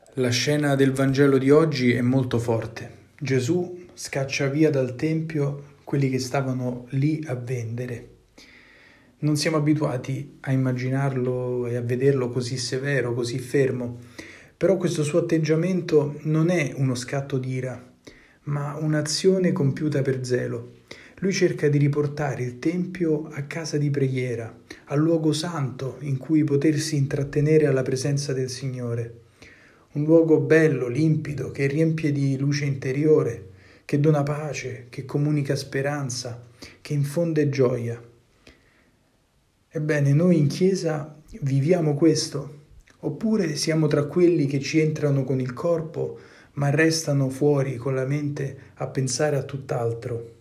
La scena del Vangelo di oggi è molto forte. Gesù scaccia via dal Tempio quelli che stavano lì a vendere. Non siamo abituati a immaginarlo e a vederlo così severo, così fermo, però questo suo atteggiamento non è uno scatto d'ira, ma un'azione compiuta per zelo. Lui cerca di riportare il Tempio a casa di preghiera, al luogo santo in cui potersi intrattenere alla presenza del Signore. Un luogo bello, limpido, che riempie di luce interiore, che dona pace, che comunica speranza, che infonde gioia. Ebbene, noi in Chiesa viviamo questo? Oppure siamo tra quelli che ci entrano con il corpo, ma restano fuori con la mente a pensare a tutt'altro?